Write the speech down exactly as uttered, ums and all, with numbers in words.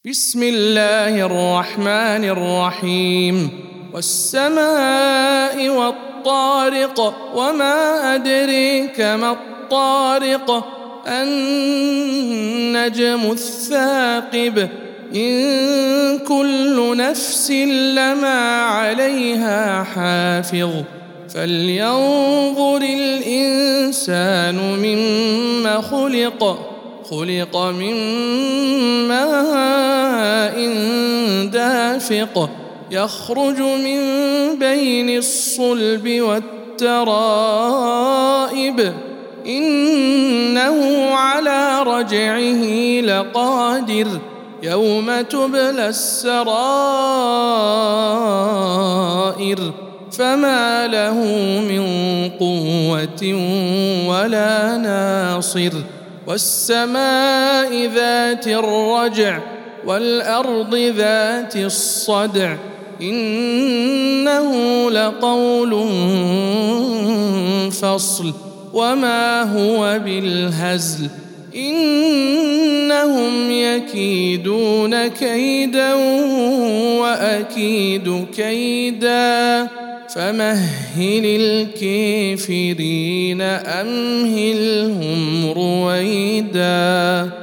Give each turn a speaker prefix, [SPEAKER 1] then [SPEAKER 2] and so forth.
[SPEAKER 1] بسم الله الرحمن الرحيم والسماء والطارق وما أدريك ما الطارق النجم الثاقب إن كل نفس لما عليها حافظ فلينظر الإنسان مما خلق خلق من ماء دافق يخرج من بين الصلب والترائب إنه على رجعه لقادر يوم تبلى السرائر فما له من قوة ولا ناصر والسماء ذات الرجع والأرض ذات الصدع إنه لقول فصل وما هو بالهزل إنهم يكيدون كيدا وأكيد كيدا فمهل الكافرين أمهلهم رويدا.